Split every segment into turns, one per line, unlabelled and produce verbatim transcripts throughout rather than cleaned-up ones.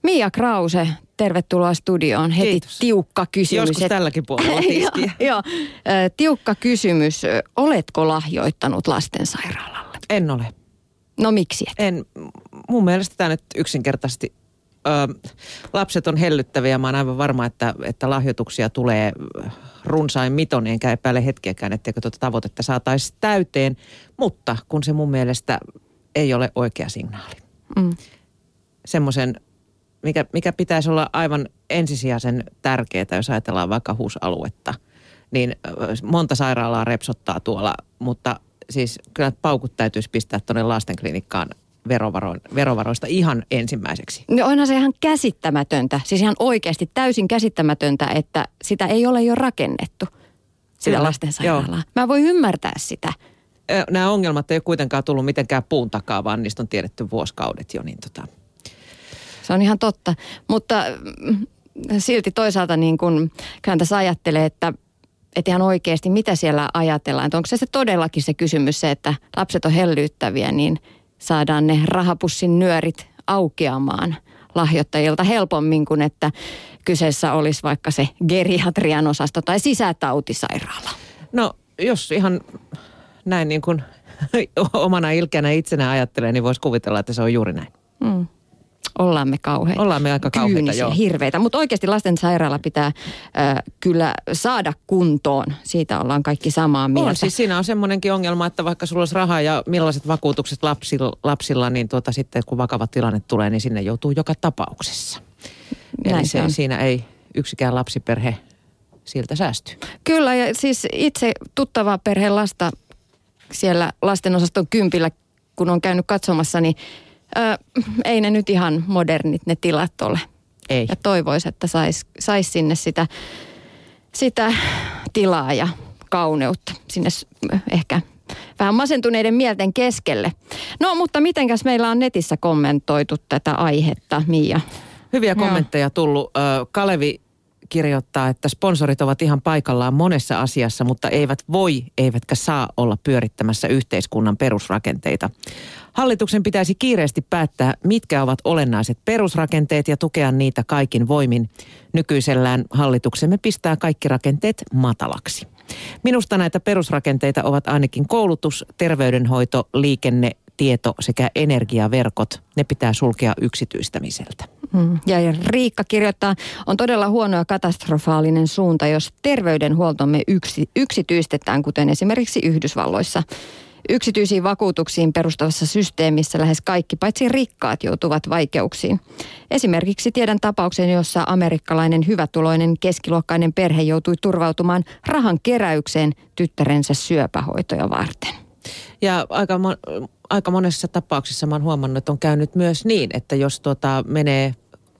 Mia Krause, tervetuloa studioon. Heti
Kiitos.
Tiukka kysymys.
Joskus tälläkin puolella tiistiä.
Joo, tiukka kysymys. Oletko lahjoittanut lastensairaalalle?
En ole.
No miksi et?
En. Mun mielestä tämä nyt yksinkertaisesti, ö, lapset on hellyttäviä. Mä oon aivan varma, että, että lahjoituksia tulee runsain miton, enkä epäile hetkeäkään, etteikö tuota tavoitetta saataisiin täyteen. Mutta kun se mun mielestä ei ole oikea signaali. Mm. Semmoisen, mikä, mikä pitäisi olla aivan ensisijaisen tärkeää, jos ajatellaan vaikka huusaluetta, niin monta sairaalaa repsottaa tuolla, mutta siis kyllä paukut täytyisi pistää tuonne lastenklinikkaan verovaroista ihan ensimmäiseksi.
No onhan se ihan käsittämätöntä, siis ihan oikeasti täysin käsittämätöntä, että sitä ei ole jo rakennettu, sitä kyllä, lastensairaalaa. Joo. Mä voin ymmärtää sitä.
Nämä ongelmat ei ole kuitenkaan tullut mitenkään puun takaa, vaan niistä on tiedetty vuosikaudet jo. Niin tota.
Se on ihan totta, mutta silti toisaalta niin kun, kyllä tässä ajattelee, että, että ihan oikeasti mitä siellä ajatellaan. Että onko se, se todellakin se kysymys se, että lapset on hellyyttäviä, niin saadaan ne rahapussin nyörit aukeamaan lahjoittajilta helpommin kuin että kyseessä olisi vaikka se geriatrian osasto tai sisätautisairaala.
No jos ihan näin niin kuin omana ilkeänä itsenä ajattelee, niin voisi kuvitella, että se on juuri näin.
Mm. Ollaan me kauheita.
Ollaan me aika kauheita,
kyynisiä,
joo.
hirveitä. Mutta oikeasti lastensairaala pitää äh, kyllä saada kuntoon. Siitä ollaan kaikki samaa mieltä.
On, siis siinä on semmoinenkin ongelma, että vaikka sulla olisi rahaa ja millaiset vakuutukset lapsilla, lapsilla niin tuota sitten kun vakava tilanne tulee, niin sinne joutuu joka tapauksessa. Eli se, se siinä ei yksikään lapsiperhe siltä säästy.
Kyllä, ja siis itse tuttavaa perheen lasta siellä lastenosaston kympillä, kun on käynyt katsomassa, niin Ö, ei ne nyt ihan modernit ne tilat ole.
Ei.
Ja toivoisi, että sais, sais sinne sitä, sitä tilaa ja kauneutta sinne ehkä vähän masentuneiden mielten keskelle. No, mutta mitenkäs meillä on netissä kommentoitu tätä aihetta, Mia?
Hyviä kommentteja Joo. tullut. Kalevi kirjoittaa, että sponsorit ovat ihan paikallaan monessa asiassa, mutta eivät voi, eivätkä saa olla pyörittämässä yhteiskunnan perusrakenteita. Hallituksen pitäisi kiireesti päättää, mitkä ovat olennaiset perusrakenteet ja tukea niitä kaikin voimin. Nykyisellään hallituksemme pistää kaikki rakenteet matalaksi. Minusta näitä perusrakenteita ovat ainakin koulutus, terveydenhoito, liikenne, tieto sekä energiaverkot. Ne pitää sulkea yksityistämiseltä.
Hmm. Ja Riikka kirjoittaa, on todella huono ja katastrofaalinen suunta, jos terveydenhuoltomme yksi, yksityistetään, kuten esimerkiksi Yhdysvalloissa. Yksityisiin vakuutuksiin perustuvassa systeemissä lähes kaikki, paitsi rikkaat, joutuvat vaikeuksiin. Esimerkiksi tiedän tapauksen, jossa amerikkalainen hyvätuloinen keskiluokkainen perhe joutui turvautumaan rahan keräykseen tyttärensä syöpähoitoja varten.
Ja aika, mo- aika monessa tapauksessa mä oon huomannut, että on käynyt myös niin, että jos tuota menee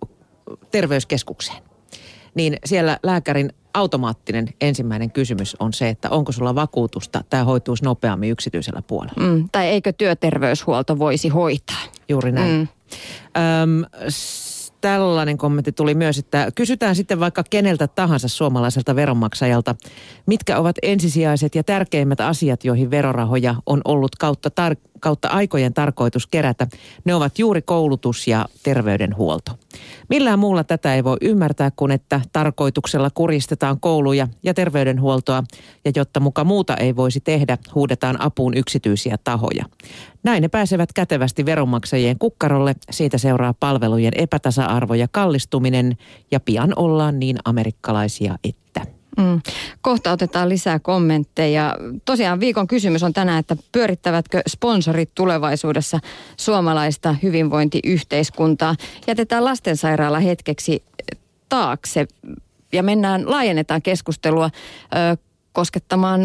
terveyskeskukseen, niin siellä lääkärin automaattinen ensimmäinen kysymys on se, että onko sulla vakuutusta, tämä hoituisi nopeammin yksityisellä puolella.
Mm, tai eikö työterveyshuolto voisi hoitaa?
Juuri näin. Mm. Öm, Tällainen kommentti tuli myös, että kysytään sitten vaikka keneltä tahansa suomalaiselta veronmaksajalta, mitkä ovat ensisijaiset ja tärkeimmät asiat, joihin verorahoja on ollut kautta, tar- kautta aikojen tarkoitus kerätä. Ne ovat juuri koulutus ja terveydenhuolto. Millään muulla tätä ei voi ymmärtää kuin, että tarkoituksella kuristetaan kouluja ja terveydenhuoltoa, ja jotta muka muuta ei voisi tehdä, huudetaan apuun yksityisiä tahoja. Näin ne pääsevät kätevästi veronmaksajien kukkarolle, siitä seuraa palvelujen epätasa-arvo ja kallistuminen, ja pian ollaan niin amerikkalaisia että.
Mm. Kohta otetaan lisää kommentteja. Tosiaan viikon kysymys on tänään, että pyörittävätkö sponsorit tulevaisuudessa suomalaista hyvinvointiyhteiskuntaa. Jätetään lastensairaala hetkeksi taakse ja mennään, laajennetaan keskustelua ö, koskettamaan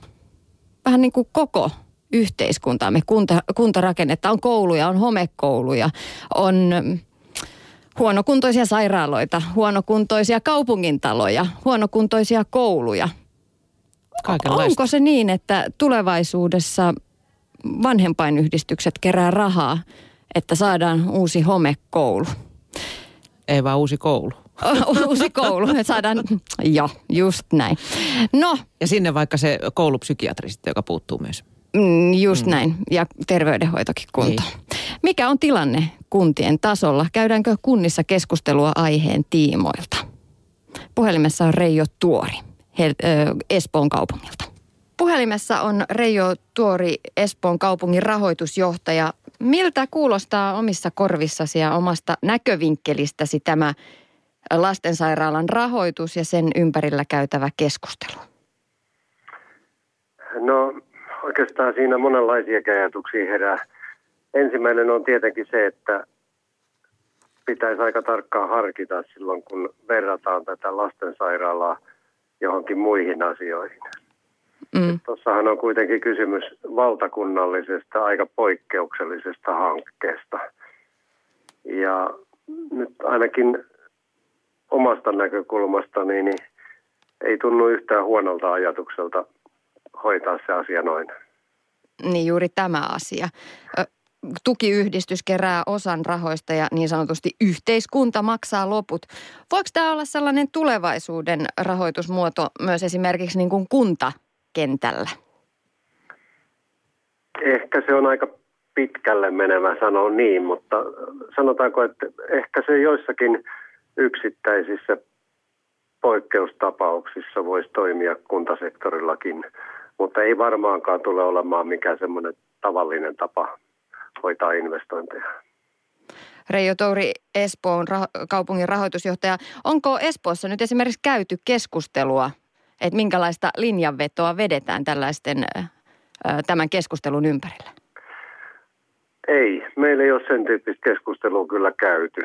vähän niin kuin koko yhteiskuntaamme, kunta, kuntarakennetta. On kouluja, on homekouluja, on huonokuntoisia sairaaloita, huonokuntoisia kaupungintaloja, huonokuntoisia kouluja. Onko se niin, että tulevaisuudessa vanhempainyhdistykset kerää rahaa, että saadaan uusi homekoulu?
Ei vaan uusi koulu.
Uusi koulu, että saadaan, joo, just näin. No.
Ja sinne vaikka se koulupsykiatri sitten, joka puuttuu myös.
Mm, just mm. näin, ja terveydenhoitokin kuntoon. Mikä on tilanne kuntien tasolla? Käydäänkö kunnissa keskustelua aiheen tiimoilta? Puhelimessa on Reijo Tuori Hel- ö, Espoon kaupungilta. Puhelimessa on Reijo Tuori, Espoon kaupungin rahoitusjohtaja. Miltä kuulostaa omissa korvissasi ja omasta näkövinkkelistäsi tämä lastensairaalan rahoitus ja sen ympärillä käytävä keskustelu?
No oikeastaan siinä monenlaisia ajatuksia herää. Ensimmäinen on tietenkin se, että pitäisi aika tarkkaan harkita silloin, kun verrataan tätä lastensairaalaa johonkin muihin asioihin. Mm. Tuossahan on kuitenkin kysymys valtakunnallisesta, aika poikkeuksellisesta hankkeesta. Ja nyt ainakin omasta näkökulmastani niin ei tunnu yhtään huonolta ajatukselta hoitaa se asia noin.
Niin juuri tämä asia. Tukiyhdistys kerää osan rahoista ja niin sanotusti yhteiskunta maksaa loput. Voiko tämä olla sellainen tulevaisuuden rahoitusmuoto myös esimerkiksi niin kuin kuntakentällä?
Ehkä se on aika pitkälle menevä sanoa niin, mutta sanotaanko, että ehkä se joissakin yksittäisissä poikkeustapauksissa voisi toimia kuntasektorillakin, mutta ei varmaankaan tule olemaan mikään semmoinen tavallinen tapa hoitaa investointeja.
Reijo Tuori, Espoon rah- kaupungin rahoitusjohtaja. Onko Espoossa nyt esimerkiksi käyty keskustelua, että minkälaista linjanvetoa vedetään tällaisten ö, tämän keskustelun ympärillä?
Ei, meillä ei ole sen tyyppistä keskustelua kyllä käyty.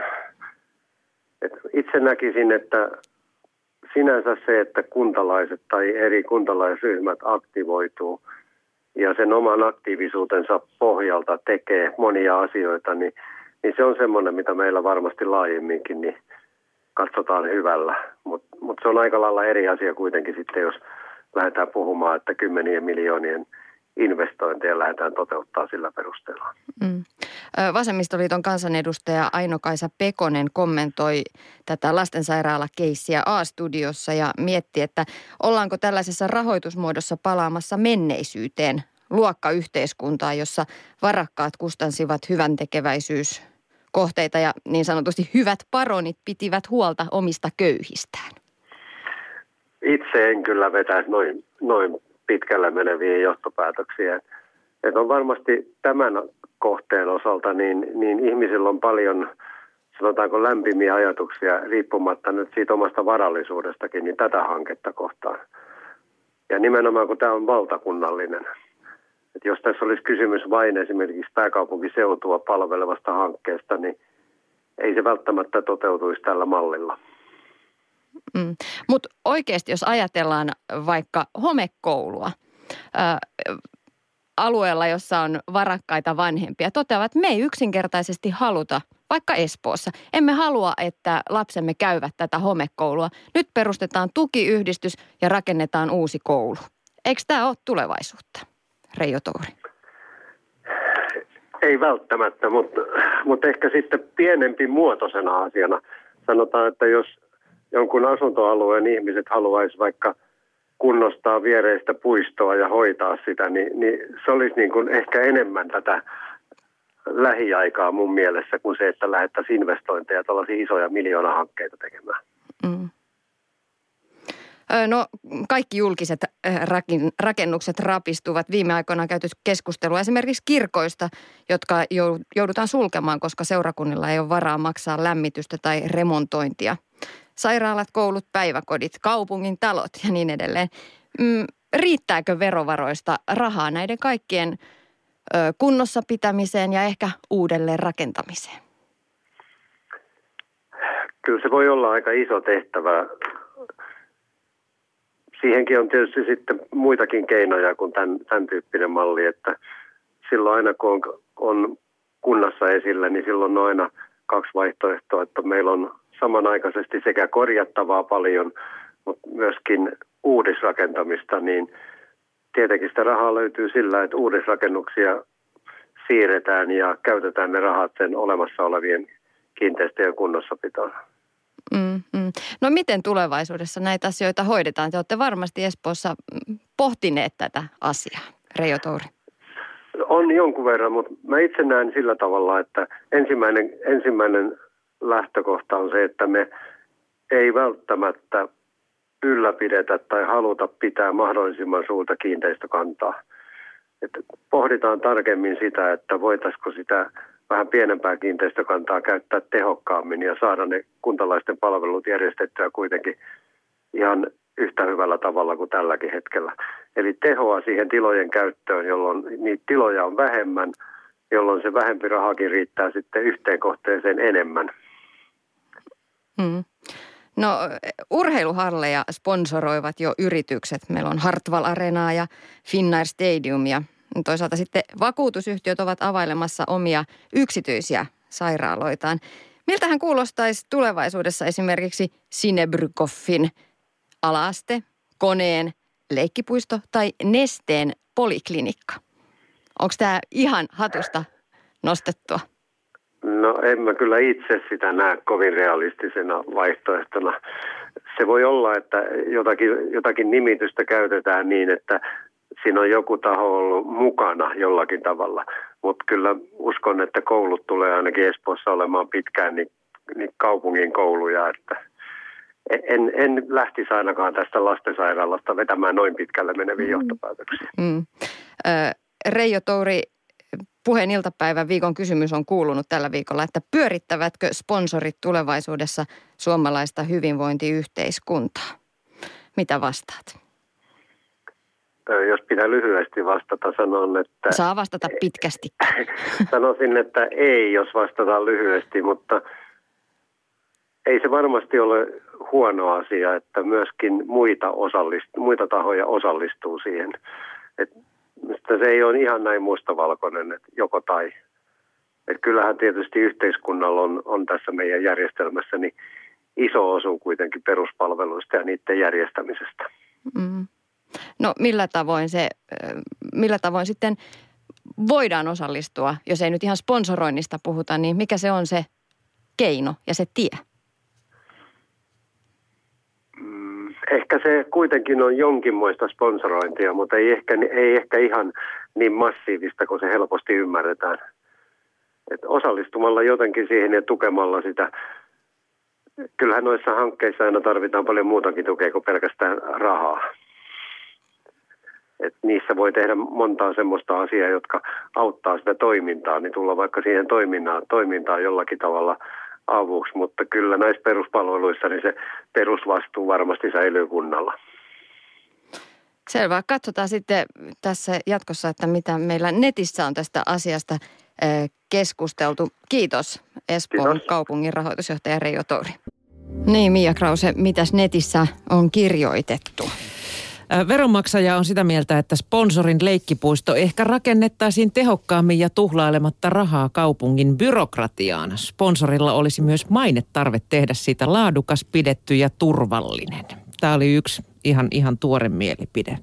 Et itse näkisin, että sinänsä se, että kuntalaiset tai eri kuntalaisryhmät aktivoituu ja sen oman aktiivisuutensa pohjalta tekee monia asioita, niin, niin se on semmoinen, mitä meillä varmasti laajemminkin niin katsotaan hyvällä. Mutta mut se on aika lailla eri asia kuitenkin sitten, jos lähdetään puhumaan, että kymmenien miljoonien investointeja lähdetään toteuttaa sillä perusteella. Mm.
Vasemmistoliiton kansanedustaja Aino-Kaisa Pekonen kommentoi tätä lastensairaalakeissiä A-studiossa ja mietti, että ollaanko tällaisessa rahoitusmuodossa palaamassa menneisyyteen, luokkayhteiskuntaan, jossa varakkaat kustansivat hyväntekeväisyyskohteita ja niin sanotusti hyvät paronit pitivät huolta omista köyhistään.
Itse en kyllä vetäisi noin, noin pitkälle meneviä johtopäätöksiä. Että on varmasti tämän kohteen osalta, niin, niin ihmisillä on paljon, sanotaanko lämpimiä ajatuksia riippumatta nyt siitä omasta varallisuudestakin, niin tätä hanketta kohtaan. Ja nimenomaan kun tämä on valtakunnallinen. Että jos tässä olisi kysymys vain esimerkiksi pääkaupunkiseutua palvelevasta hankkeesta, niin ei se välttämättä toteutuisi tällä mallilla.
Mm. Mutta oikeasti, jos ajatellaan vaikka homekoulua ää, alueella, jossa on varakkaita vanhempia, toteavat, että me ei yksinkertaisesti haluta, vaikka Espoossa, emme halua, että lapsemme käyvät tätä homekoulua. Nyt perustetaan tukiyhdistys ja rakennetaan uusi koulu. Eikö tämä ole tulevaisuutta, Reijo Tuori?
Ei välttämättä, mutta, mutta ehkä sitten pienempi muotoisena asiana. Sanotaan, että jos jonkun asuntoalueen ihmiset haluaisi vaikka kunnostaa viereistä puistoa ja hoitaa sitä, niin, niin se olisi niin kuin ehkä enemmän tätä lähiaikaa mun mielessä kuin se, että lähdettäisiin investointeja tällaisia isoja miljoonahankkeita tekemään. Mm.
No kaikki julkiset rakennukset rapistuvat. Viime aikoina on käyty keskustelua esimerkiksi kirkoista, jotka joudutaan sulkemaan, koska seurakunnilla ei ole varaa maksaa lämmitystä tai remontointia. Sairaalat, koulut, päiväkodit, kaupungin talot ja niin edelleen. Mm, riittääkö verovaroista rahaa näiden kaikkien ö, kunnossa pitämiseen ja ehkä uudelleen rakentamiseen?
Kyllä se voi olla aika iso tehtävä. Siihenkin on tietysti sitten muitakin keinoja kuin tämän, tämän tyyppinen malli, että silloin aina kun on, on kunnassa esillä, niin silloin on aina kaksi vaihtoehtoa, että meillä on samanaikaisesti sekä korjattavaa paljon, mutta myöskin uudisrakentamista, niin tietenkin sitä rahaa löytyy sillä, että uudisrakennuksia siirretään ja käytetään ne rahat sen olemassa olevien kiinteistöjen kunnossapitoon.
Mm, mm. No miten tulevaisuudessa näitä asioita hoidetaan? Te olette varmasti Espoossa pohtineet tätä asiaa, Reijo Tuori.
on jonkun verran, mutta mä itse näen sillä tavalla, että ensimmäinen, ensimmäinen lähtökohta on se, että me ei välttämättä ylläpidetä tai haluta pitää mahdollisimman suurta kiinteistökantaa. Että pohditaan tarkemmin sitä, että voitaisiko sitä vähän pienempää kiinteistökantaa käyttää tehokkaammin ja saada ne kuntalaisten palvelut järjestettyä kuitenkin ihan yhtä hyvällä tavalla kuin tälläkin hetkellä. Eli tehoa siihen tilojen käyttöön, jolloin niitä tiloja on vähemmän, jolloin se vähempi rahakin riittää sitten yhteen kohteeseen enemmän.
Hmm. No urheiluhalleja sponsoroivat jo yritykset. Meillä on Hartwall Areenaa ja Finnair Stadium ja toisaalta sitten vakuutusyhtiöt ovat availemassa omia yksityisiä sairaaloitaan. Miltähän kuulostaisi tulevaisuudessa esimerkiksi Sinebrykoffin ala-aste, Koneen leikkipuisto tai Nesteen poliklinikka? Onko tämä ihan hatusta nostettua?
No en mä kyllä itse sitä näe kovin realistisena vaihtoehtona. Se voi olla, että jotakin, jotakin nimitystä käytetään niin, että siinä on joku taho ollut mukana jollakin tavalla. Mutta kyllä uskon, että koulut tulee ainakin Espoossa olemaan pitkään niin, niin kaupungin kouluja. Että en, en lähtisi ainakaan tästä lastensairaalasta vetämään noin pitkälle meneviä johtopäätöksiä.
Mm. Ö, Reijo Touri, Puheen iltapäivän viikon kysymys on kuulunut tällä viikolla, että pyörittävätkö sponsorit tulevaisuudessa suomalaista hyvinvointiyhteiskuntaa? Mitä vastaat?
Jos pitää lyhyesti vastata, sanon, että...
Saa vastata pitkästi.
Sanoisin, että ei, jos vastataan lyhyesti, mutta ei se varmasti ole huono asia, että myöskin muita, osallist- muita tahoja osallistuu siihen. Että se ei ole ihan näin mustavalkoinen, että joko tai. Että kyllähän tietysti yhteiskunnalla on, on tässä meidän järjestelmässä niin iso osuus kuitenkin peruspalveluista ja niiden järjestämisestä.
Mm. No millä tavoin se, millä tavoin sitten voidaan osallistua, jos ei nyt ihan sponsoroinnista puhuta, niin mikä se on se keino ja se tie?
Mm, ehkä se kuitenkin on jonkinmoista sponsorointia, mutta ei ehkä, ei ehkä ihan niin massiivista kuin se helposti ymmärretään. Et osallistumalla jotenkin siihen ja tukemalla sitä. Kyllähän noissa hankkeissa aina tarvitaan paljon muutakin tukea kuin pelkästään rahaa. Et niissä voi tehdä montaa semmoista asiaa, jotka auttaa sitä toimintaa, niin tulla vaikka siihen toimintaan, toimintaan jollakin tavalla avuksi. Mutta kyllä näissä peruspalveluissa niin se perusvastuu varmasti säilyy kunnalla.
Selvä. Katsotaan sitten tässä jatkossa, että mitä meillä netissä on tästä asiasta keskusteltu. Kiitos Espoon Kiitos. Kaupungin rahoitusjohtaja Reijo Touri. Niin, Mia Krause, mitäs netissä on kirjoitettu?
Veronmaksaja on sitä mieltä, että sponsorin leikkipuisto ehkä rakennettaisiin tehokkaammin ja tuhlailematta rahaa kaupungin byrokratiaan. Sponsorilla olisi myös mainetarve tehdä siitä laadukas, pidetty ja turvallinen. Tämä oli yksi ihan, ihan tuore mielipide.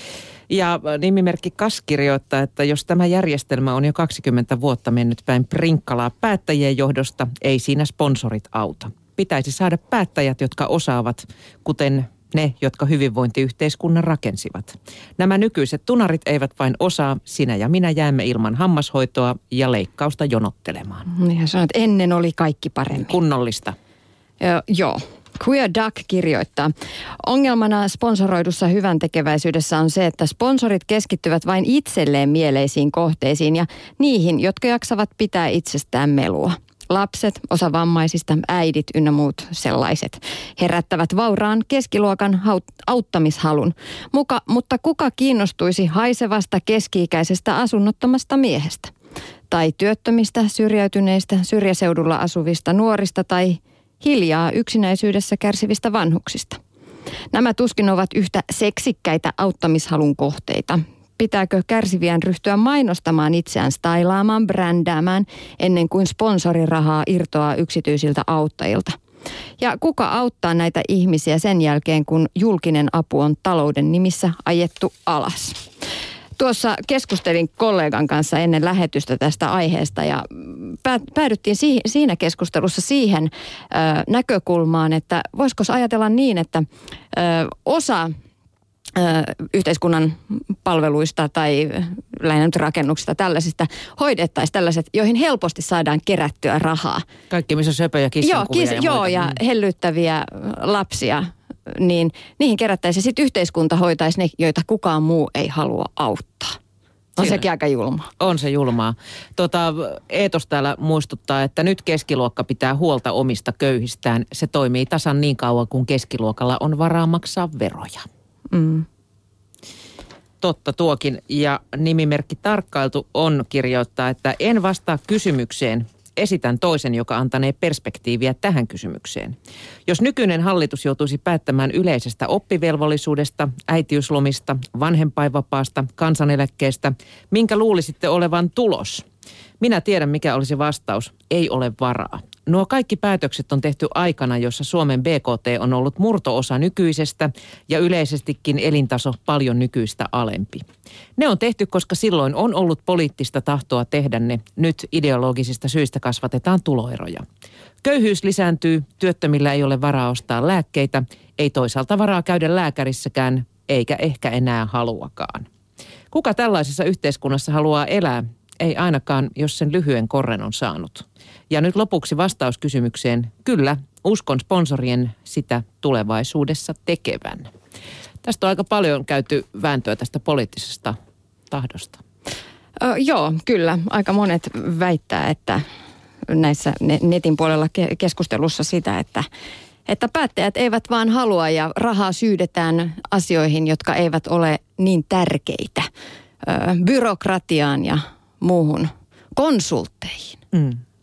Ja nimimerkki Kas kirjoittaa, että jos tämä järjestelmä on jo kaksikymmentä vuotta mennyt päin prinkkalaa päättäjien johdosta, ei siinä sponsorit auta. Pitäisi saada päättäjät, jotka osaavat, kuten ne, jotka hyvinvointiyhteiskunnan rakensivat. Nämä nykyiset tunarit eivät vain osaa, sinä ja minä jäämme ilman hammashoitoa ja leikkausta jonottelemaan.
Niin sanoit, että ennen oli kaikki paremmin.
Kunnollista.
Ö, joo. Queer Duck kirjoittaa. Ongelmana sponsoroidussa hyväntekeväisyydessä on se, että sponsorit keskittyvät vain itselleen mieleisiin kohteisiin ja niihin, jotka jaksavat pitää itsestään melua. Lapset, osa vammaisista, äidit ynnä muut sellaiset herättävät vauraan keskiluokan auttamishalun. Muka, mutta kuka kiinnostuisi haisevasta keski-ikäisestä asunnottomasta miehestä? Tai työttömistä, syrjäytyneistä, syrjäseudulla asuvista nuorista tai hiljaa yksinäisyydessä kärsivistä vanhuksista? Nämä tuskin ovat yhtä seksikkäitä auttamishalun kohteita. Pitääkö kärsivien ryhtyä mainostamaan itseään, stailaamaan, brändäämään ennen kuin sponsorirahaa irtoaa yksityisiltä auttajilta? Ja kuka auttaa näitä ihmisiä sen jälkeen, kun julkinen apu on talouden nimissä ajettu alas? Tuossa keskustelin kollegan kanssa ennen lähetystä tästä aiheesta ja päädyttiin siinä keskustelussa siihen ö, näkökulmaan, että voisiko ajatella niin, että ö, osa ö, yhteiskunnan palveluista tai lähinnä nyt rakennuksista tällaisista hoidettaisiin tällaiset, joihin helposti saadaan kerättyä rahaa.
Kaikki, missä on söpöjä kissankuvia
joo, kis,
ja
joo,
muita.
ja hellyttäviä lapsia, niin niihin kerättäisiin ja sitten yhteiskunta hoitaisi ne, joita kukaan muu ei halua auttaa. On
Siinä.
sekin aika julmaa.
On se julmaa. Tota, Eetos täällä muistuttaa, että nyt keskiluokka pitää huolta omista köyhistään. Se toimii tasan niin kauan, kun keskiluokalla on varaa maksaa veroja.
Mm.
Totta tuokin. Ja nimimerkki Tarkkailtu on kirjoittaa, että en vastaa kysymykseen. Esitän toisen, joka antanee perspektiiviä tähän kysymykseen. Jos nykyinen hallitus joutuisi päättämään yleisestä oppivelvollisuudesta, äitiyslomista, vanhempainvapaasta, kansaneläkkeestä, minkä luulisitte olevan tulos? Minä tiedän, mikä olisi vastaus. Ei ole varaa. Nuo kaikki päätökset on tehty aikana, jossa Suomen B K T on ollut murto-osa nykyisestä ja yleisestikin elintaso paljon nykyistä alempi. Ne on tehty, koska silloin on ollut poliittista tahtoa tehdä ne. Nyt ideologisista syistä kasvatetaan tuloeroja. Köyhyys lisääntyy, työttömillä ei ole varaa ostaa lääkkeitä, ei toisaalta varaa käydä lääkärissäkään, eikä ehkä enää haluakaan. Kuka tällaisessa yhteiskunnassa haluaa elää? Ei ainakaan, jos sen lyhyen korren on saanut. Ja nyt lopuksi vastaus kysymykseen. Kyllä, uskon sponsorien sitä tulevaisuudessa tekevän. Tästä on aika paljon käyty vääntöä tästä poliittisesta tahdosta.
Ö, joo, kyllä. Aika monet väittää, että näissä netin puolella keskustelussa sitä, että, että päättäjät eivät vaan halua ja rahaa syydetään asioihin, jotka eivät ole niin tärkeitä. Ö, byrokratiaan ja muuhun konsultteihin.
Mm.